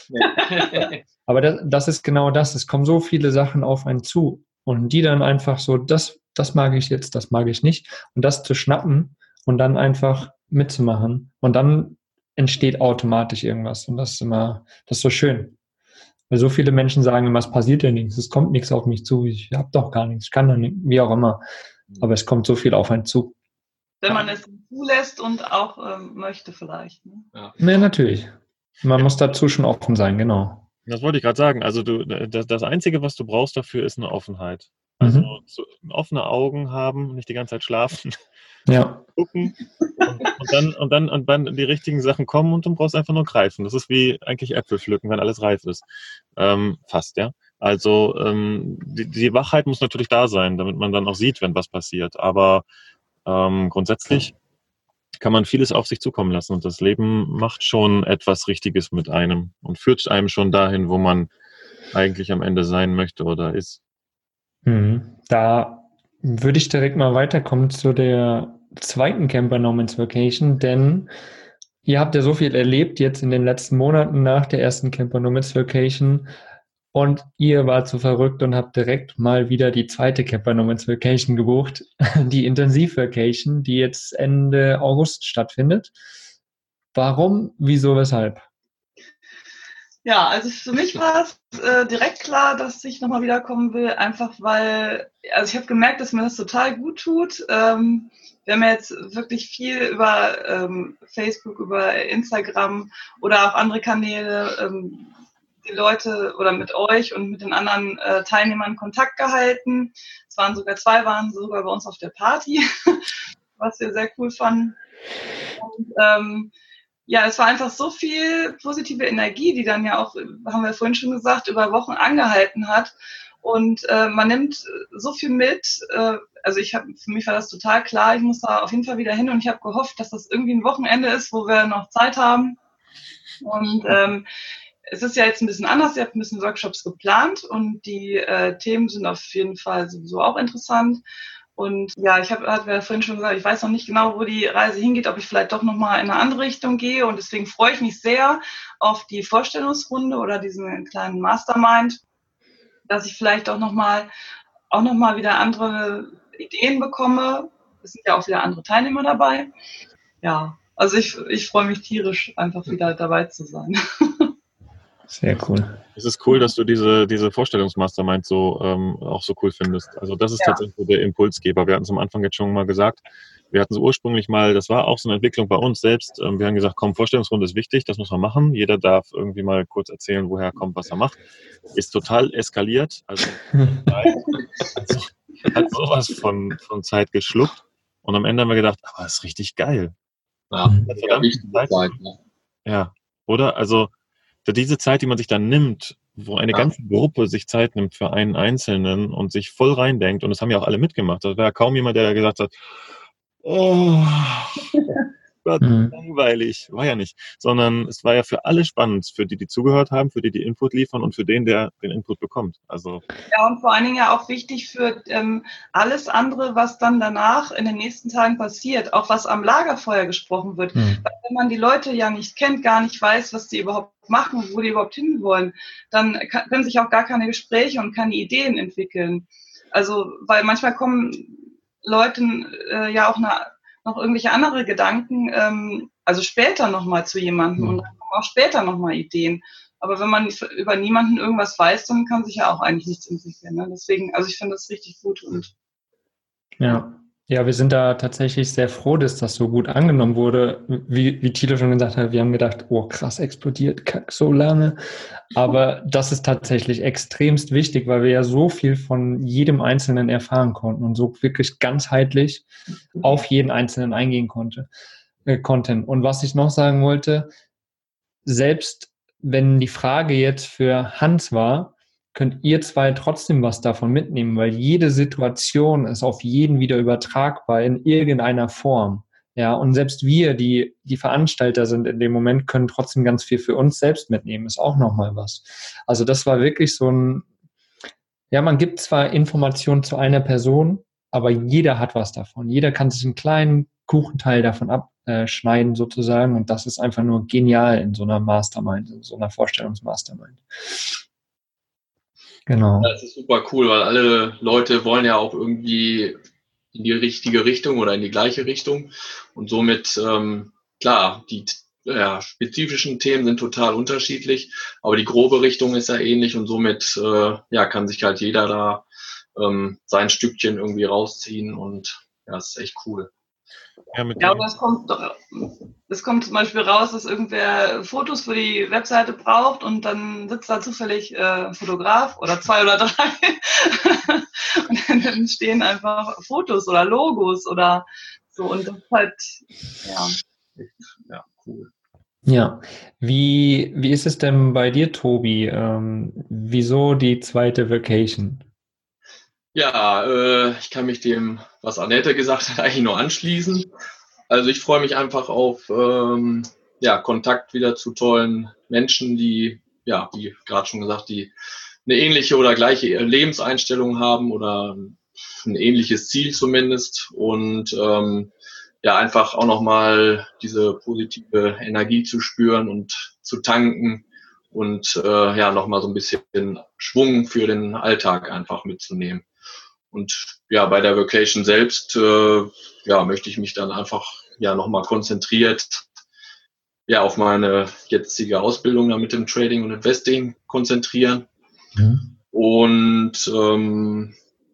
E: Aber das, das ist genau das. Es kommen so viele Sachen auf einen zu und die dann einfach so, das, das mag ich jetzt, das mag ich nicht. Und das zu schnappen und dann einfach mitzumachen. Und dann entsteht automatisch irgendwas. Und das ist immer, das ist so schön. Weil so viele Menschen sagen immer, es passiert ja nichts, es kommt nichts auf mich zu, ich habe doch gar nichts, ich kann doch nicht, wie auch immer. Aber es kommt so viel auf einen zu.
C: Wenn man es zulässt und auch ähm, möchte vielleicht. Ne?
E: Ja. ja, natürlich. Man muss dazu schon offen sein, genau.
B: Das wollte ich gerade sagen. Also du, das, das Einzige, was du brauchst dafür, ist eine Offenheit. Also mhm. so, offene Augen haben, nicht die ganze Zeit schlafen.
E: Ja.
B: Gucken und, und, dann, und, dann, und dann die richtigen Sachen kommen und du brauchst einfach nur greifen. Das ist wie eigentlich Äpfel pflücken, wenn alles reif ist. Ähm, fast, ja. Also ähm, die, die Wachheit muss natürlich da sein, damit man dann auch sieht, wenn was passiert. Aber ähm, grundsätzlich kann man vieles auf sich zukommen lassen und das Leben macht schon etwas Richtiges mit einem und führt einem schon dahin, wo man eigentlich am Ende sein möchte oder ist.
E: Da würde ich direkt mal weiterkommen zu der zweiten Camper Nomads Vacation, denn ihr habt ja so viel erlebt jetzt in den letzten Monaten nach der ersten Camper Nomads Vacation und ihr wart so verrückt und habt direkt mal wieder die zweite Camper Nomads Vacation gebucht, die Intensiv Vacation, die jetzt Ende August stattfindet. Warum, wieso, weshalb?
C: Ja, also für mich war es äh, direkt klar, dass ich nochmal wiederkommen will, einfach weil, also ich habe gemerkt, dass mir das total gut tut. Ähm, wir haben ja jetzt wirklich viel über ähm, Facebook, über Instagram oder auch andere Kanäle ähm, die Leute oder mit euch und mit den anderen äh, Teilnehmern Kontakt gehalten. Es waren sogar zwei, waren sogar bei uns auf der Party, was wir sehr cool fanden. Und ähm, ja, es war einfach so viel positive Energie, die dann ja auch, haben wir vorhin schon gesagt, über Wochen angehalten hat. Und äh, man nimmt so viel mit. Äh, also ich habe, für mich war das total klar, ich muss da auf jeden Fall wieder hin und ich habe gehofft, dass das irgendwie ein Wochenende ist, wo wir noch Zeit haben. Und ähm, es ist ja jetzt ein bisschen anders, ihr habt ein bisschen Workshops geplant und die äh, Themen sind auf jeden Fall sowieso auch interessant. Und ja, ich habe hab ja vorhin schon gesagt, ich weiß noch nicht genau, wo die Reise hingeht, ob ich vielleicht doch nochmal in eine andere Richtung gehe. Und deswegen freue ich mich sehr auf die Vorstellungsrunde oder diesen kleinen Mastermind, dass ich vielleicht auch nochmal auch noch mal wieder andere Ideen bekomme. Es sind ja auch wieder andere Teilnehmer dabei. Ja, also ich, ich freue mich tierisch, einfach wieder dabei zu sein.
E: Sehr cool.
B: Es ist cool, dass du diese, diese Vorstellungsmastermind so ähm, auch so cool findest. Also das ist ja tatsächlich der Impulsgeber. Wir hatten es am Anfang jetzt schon mal gesagt. wir hatten es ursprünglich mal, das war auch so eine Entwicklung bei uns selbst. Ähm, wir haben gesagt, komm, Vorstellungsrunde ist wichtig, das muss man machen. Jeder darf irgendwie mal kurz erzählen, woher er kommt, was er macht. Ist total eskaliert. Also, also hat sowas von, von Zeit geschluckt. Und am Ende haben wir gedacht, aber das ist richtig geil.
D: Ja, das ist wichtig. Zeit, ne?
B: Ja, oder? Also diese Zeit, die man sich dann nimmt, wo eine
D: Ja.
B: ganze Gruppe sich Zeit nimmt für einen Einzelnen und sich voll reindenkt, und das haben ja auch alle mitgemacht. Das war ja kaum jemand, der gesagt hat, oh, Gott,
E: Mhm.
B: langweilig. War ja nicht. Sondern es war ja für alle spannend, für die, die zugehört haben, für die, die Input liefern und für den, der den Input bekommt. Also
C: Ja, und vor allen Dingen ja auch wichtig für ähm, alles andere, was dann danach in den nächsten Tagen passiert, auch was am Lagerfeuer gesprochen wird.
E: Mhm.
C: Weil wenn man die Leute ja nicht kennt, gar nicht weiß, was die überhaupt machen, wo die überhaupt hinwollen, dann kann, können sich auch gar keine Gespräche und keine Ideen entwickeln. Also, weil manchmal kommen Leuten äh, ja auch eine, noch irgendwelche andere Gedanken, ähm, also später nochmal zu jemandem,
E: Mhm.
C: und dann kommen auch später nochmal Ideen. Aber wenn man über niemanden irgendwas weiß, dann kann sich ja auch eigentlich nichts entwickeln. Ne? Deswegen, also ich finde das richtig gut. Und
E: Ja. Ja, wir sind da tatsächlich sehr froh, dass das so gut angenommen wurde. Wie, wie Tilo schon gesagt hat, wir haben gedacht, oh krass, explodiert, kack, so lange. Aber das ist tatsächlich extremst wichtig, weil wir ja so viel von jedem Einzelnen erfahren konnten und so wirklich ganzheitlich auf jeden Einzelnen eingehen konnte, äh, konnten. Und was ich noch sagen wollte, selbst wenn die Frage jetzt für Hans war, könnt ihr zwei trotzdem was davon mitnehmen, weil jede Situation ist auf jeden wieder übertragbar in irgendeiner Form. Ja, und selbst wir, die die Veranstalter sind in dem Moment, können trotzdem ganz viel für uns selbst mitnehmen. Ist auch nochmal was. Also das war wirklich so ein, ja, man gibt zwar Informationen zu einer Person, aber jeder hat was davon. Jeder kann sich einen kleinen Kuchenteil davon abschneiden sozusagen, und das ist einfach nur genial in so einer Mastermind, in so einer Vorstellungsmastermind. Genau.
D: Das ist super cool, weil alle Leute wollen ja auch irgendwie in die richtige Richtung oder in die gleiche Richtung. Und somit, ähm, klar, die ja, spezifischen Themen sind total unterschiedlich, aber die grobe Richtung ist ja ähnlich, und somit äh, ja, kann sich halt jeder da ähm, sein Stückchen irgendwie rausziehen, und ja, das ist echt cool.
B: ja, mit
C: ja,
B: dem,
C: aber es kommt, es kommt zum Beispiel raus, dass irgendwer Fotos für die Webseite braucht, und dann sitzt da zufällig äh, ein Fotograf oder zwei oder drei und dann entstehen einfach Fotos oder Logos oder so, und das ist halt, ja.
D: Ja, cool.
E: Ja, wie, wie ist es denn bei dir, Tobi? Ähm, wieso die zweite Vacation?
D: Ja, äh, ich kann mich dem, was Annette gesagt hat, eigentlich nur anschließen. Also ich freue mich einfach auf ähm, ja, Kontakt wieder zu tollen Menschen, die, ja, wie gerade schon gesagt, die eine ähnliche oder gleiche Lebenseinstellung haben oder ein ähnliches Ziel zumindest, und ähm, ja, einfach auch nochmal diese positive Energie zu spüren und zu tanken und äh, ja, nochmal so ein bisschen Schwung für den Alltag einfach mitzunehmen. Und ja, bei der Vacation selbst, äh, ja, möchte ich mich dann einfach ja nochmal konzentriert ja auf meine jetzige Ausbildung da mit dem Trading und Investing konzentrieren. Mhm. Und ähm,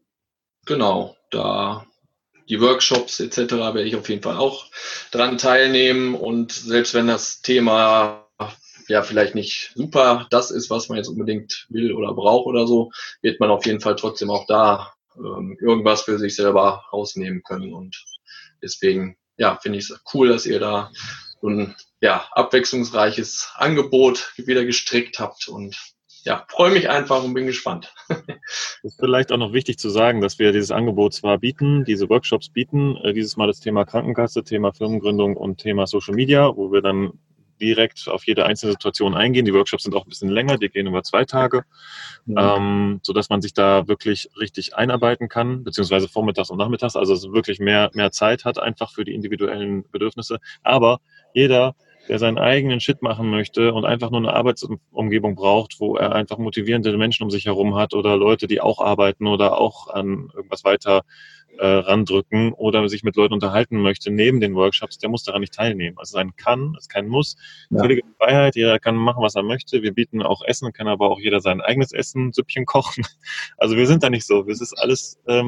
D: genau, da die Workshops et cetera werde ich auf jeden Fall auch dran teilnehmen. Und selbst wenn das Thema ja vielleicht nicht super das ist, was man jetzt unbedingt will oder braucht oder so, wird man auf jeden Fall trotzdem auch da ähm, irgendwas für sich selber rausnehmen können. Und deswegen, ja, finde ich es cool, dass ihr da so ein ja, abwechslungsreiches Angebot wieder gestrickt habt, und ja, freue mich einfach und bin gespannt.
B: ist vielleicht auch noch wichtig zu sagen, dass wir dieses Angebot zwar bieten, diese Workshops bieten, äh, dieses Mal das Thema Krankenkasse, Thema Firmengründung und Thema Social Media, wo wir dann direkt auf jede einzelne Situation eingehen. Die Workshops sind auch ein bisschen länger, die gehen über zwei Tage, mhm. ähm, sodass man sich da wirklich richtig einarbeiten kann, beziehungsweise vormittags und nachmittags, also es wirklich mehr, mehr Zeit hat einfach für die individuellen Bedürfnisse. Aber jeder, der seinen eigenen Shit machen möchte und einfach nur eine Arbeitsumgebung braucht, wo er einfach motivierende Menschen um sich herum hat oder Leute, die auch arbeiten oder auch an irgendwas weiter äh, randrücken oder sich mit Leuten unterhalten möchte neben den Workshops, der muss daran nicht teilnehmen. Also es ist ein Kann, es ist kein Muss. Ja. Völlige Freiheit, jeder kann machen, was er möchte. Wir bieten auch Essen, kann aber auch jeder sein eigenes Essen, Süppchen kochen. Also wir sind da nicht so. Es ist alles ähm,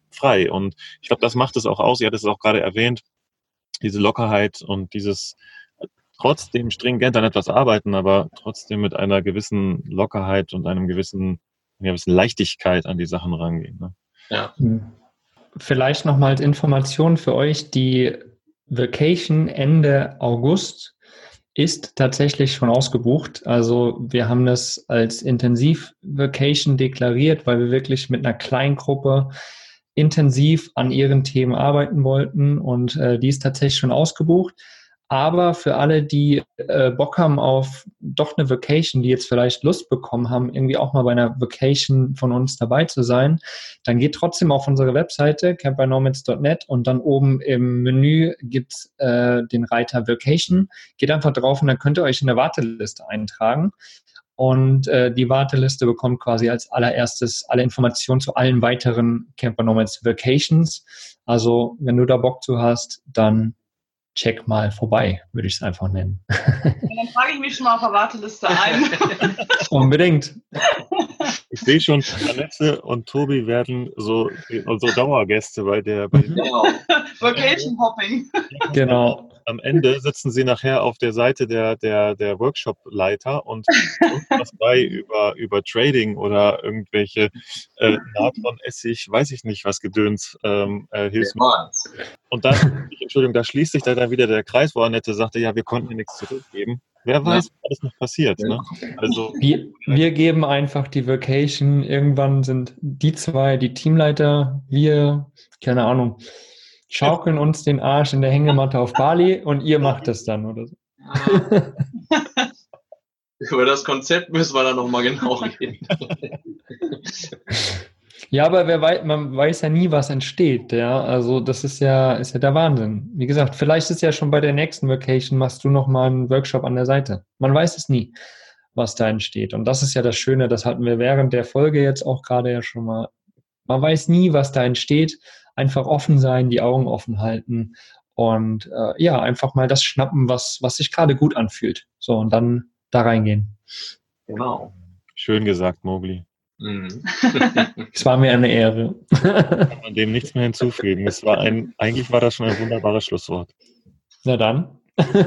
B: frei. Und ich glaube, das macht es auch aus. Ihr hattet es auch gerade erwähnt, diese Lockerheit und dieses trotzdem stringent an etwas arbeiten, aber trotzdem mit einer gewissen Lockerheit und einem gewissen, einer gewissen Leichtigkeit an die Sachen rangehen. Ne?
D: Ja.
E: Vielleicht nochmal als Information für euch, die Vacation Ende August ist tatsächlich schon ausgebucht. Also wir haben das als Intensiv-Vacation deklariert, weil wir wirklich mit einer kleinen Gruppe intensiv an ihren Themen arbeiten wollten und äh, die ist tatsächlich schon ausgebucht. Aber für alle, die äh, Bock haben auf doch eine Vacation, die jetzt vielleicht Lust bekommen haben, irgendwie auch mal bei einer Vacation von uns dabei zu sein, dann geht trotzdem auf unsere Webseite camper nomads punkt net und dann oben im Menü gibt's äh, den Reiter Vacation. Geht einfach drauf und dann könnt ihr euch in der Warteliste eintragen. Und äh, die Warteliste bekommt quasi als allererstes alle Informationen zu allen weiteren Camper Nomads Vacations. Also wenn du da Bock zu hast, dann check mal vorbei, würde ich es einfach nennen.
C: Ja, dann trage ich mich schon mal auf der Warteliste ein.
E: Unbedingt.
B: Ich sehe schon, Annette und Tobi werden so unsere Dauergäste bei der bei
C: Genau. Vacation Hopping.
E: Genau.
B: Am Ende sitzen sie nachher auf der Seite der, der, der Workshop-Leiter und uns was bei über, über Trading oder irgendwelche äh, Natron-Essig, weiß ich nicht, was Gedöns ähm, äh, Hilfsmittel. Und dann, Entschuldigung, da schließt sich dann wieder der Kreis, wo Annette sagte, ja, wir konnten ihr nichts zurückgeben. Wer weiß, ja. was alles noch passiert. Ne? Also,
E: wir, wir geben einfach die Vacation. Irgendwann sind die zwei, die Teamleiter, wir, keine Ahnung, schaukeln uns den Arsch in der Hängematte auf Bali und ihr macht das dann oder so.
D: Über das Konzept müssen wir dann nochmal genau reden.
E: Ja, aber wer weiß, man weiß ja nie, was entsteht. Ja, also das ist ja, ist ja der Wahnsinn. Wie gesagt, vielleicht ist ja schon bei der nächsten Vacation machst du nochmal einen Workshop an der Seite. Man weiß es nie, was da entsteht. Und das ist ja das Schöne, das hatten wir während der Folge jetzt auch gerade ja schon mal. Man weiß nie, was da entsteht. Einfach offen sein, die Augen offen halten und äh, ja, einfach mal das schnappen, was, was sich gerade gut anfühlt. So, und dann da reingehen.
D: Genau.
B: Schön gesagt, Mowgli.
D: Mhm.
E: Es war mir eine Ehre.
B: Kann man dem nichts mehr hinzufügen. Es war ein, eigentlich war das schon ein wunderbares Schlusswort.
E: Na dann.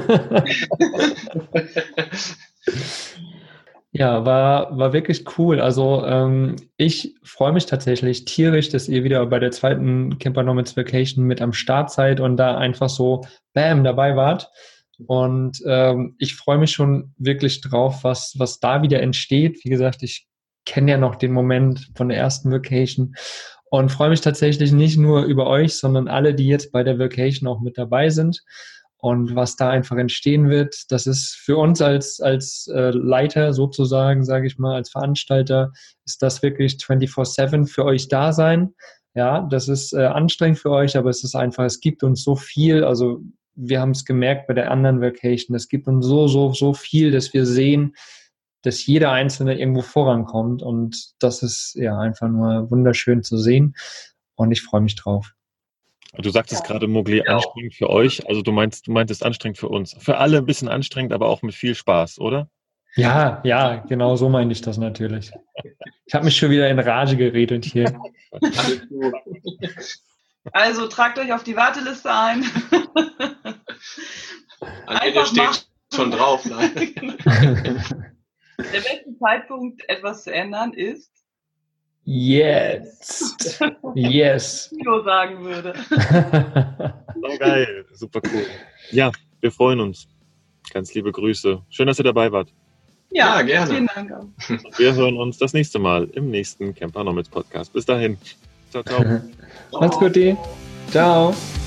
E: Ja, war, war wirklich cool. Also ähm, ich freue mich tatsächlich tierisch, dass ihr wieder bei der zweiten Camper Nomads Vacation mit am Start seid und da einfach so bam dabei wart. Und ähm, ich freue mich schon wirklich drauf, was, was da wieder entsteht. Wie gesagt, ich kenne ja noch den Moment von der ersten Vacation und freue mich tatsächlich nicht nur über euch, sondern alle, die jetzt bei der Vacation auch mit dabei sind. Und was da einfach entstehen wird, das ist für uns als, als äh, Leiter sozusagen, sage ich mal, als Veranstalter, ist das wirklich vierundzwanzig sieben für euch da sein. Ja, das ist äh, anstrengend für euch, aber es ist einfach, es gibt uns so viel. Also wir haben es gemerkt bei der anderen Vacation, es gibt uns so, so, so viel, dass wir sehen, dass jeder Einzelne irgendwo vorankommt. Und das ist ja einfach nur wunderschön zu sehen. Und ich freue mich drauf.
B: Du sagtest gerade, Mowgli, anstrengend für euch. Also du meinst, du meintest anstrengend für uns. Für alle ein bisschen anstrengend, aber auch mit viel Spaß, oder?
E: Ja, ja, genau so meine ich das natürlich. Ich habe mich schon wieder in Rage geredet hier.
C: Also tragt euch auf die Warteliste ein.
D: Einfach steht machen. Schon drauf. Nein.
C: Der beste Zeitpunkt, etwas zu ändern, ist
E: jetzt. Yes.
C: Kilo sagen würde.
B: So geil, super cool. Ja, wir freuen uns. Ganz liebe Grüße. Schön, dass ihr dabei wart.
C: Ja,
D: ja gerne.
C: Vielen Dank.
B: Und wir hören uns das nächste Mal im nächsten Camper Nomads Podcast. Bis dahin. Ciao, ciao.
E: Macht's gut, Ciao.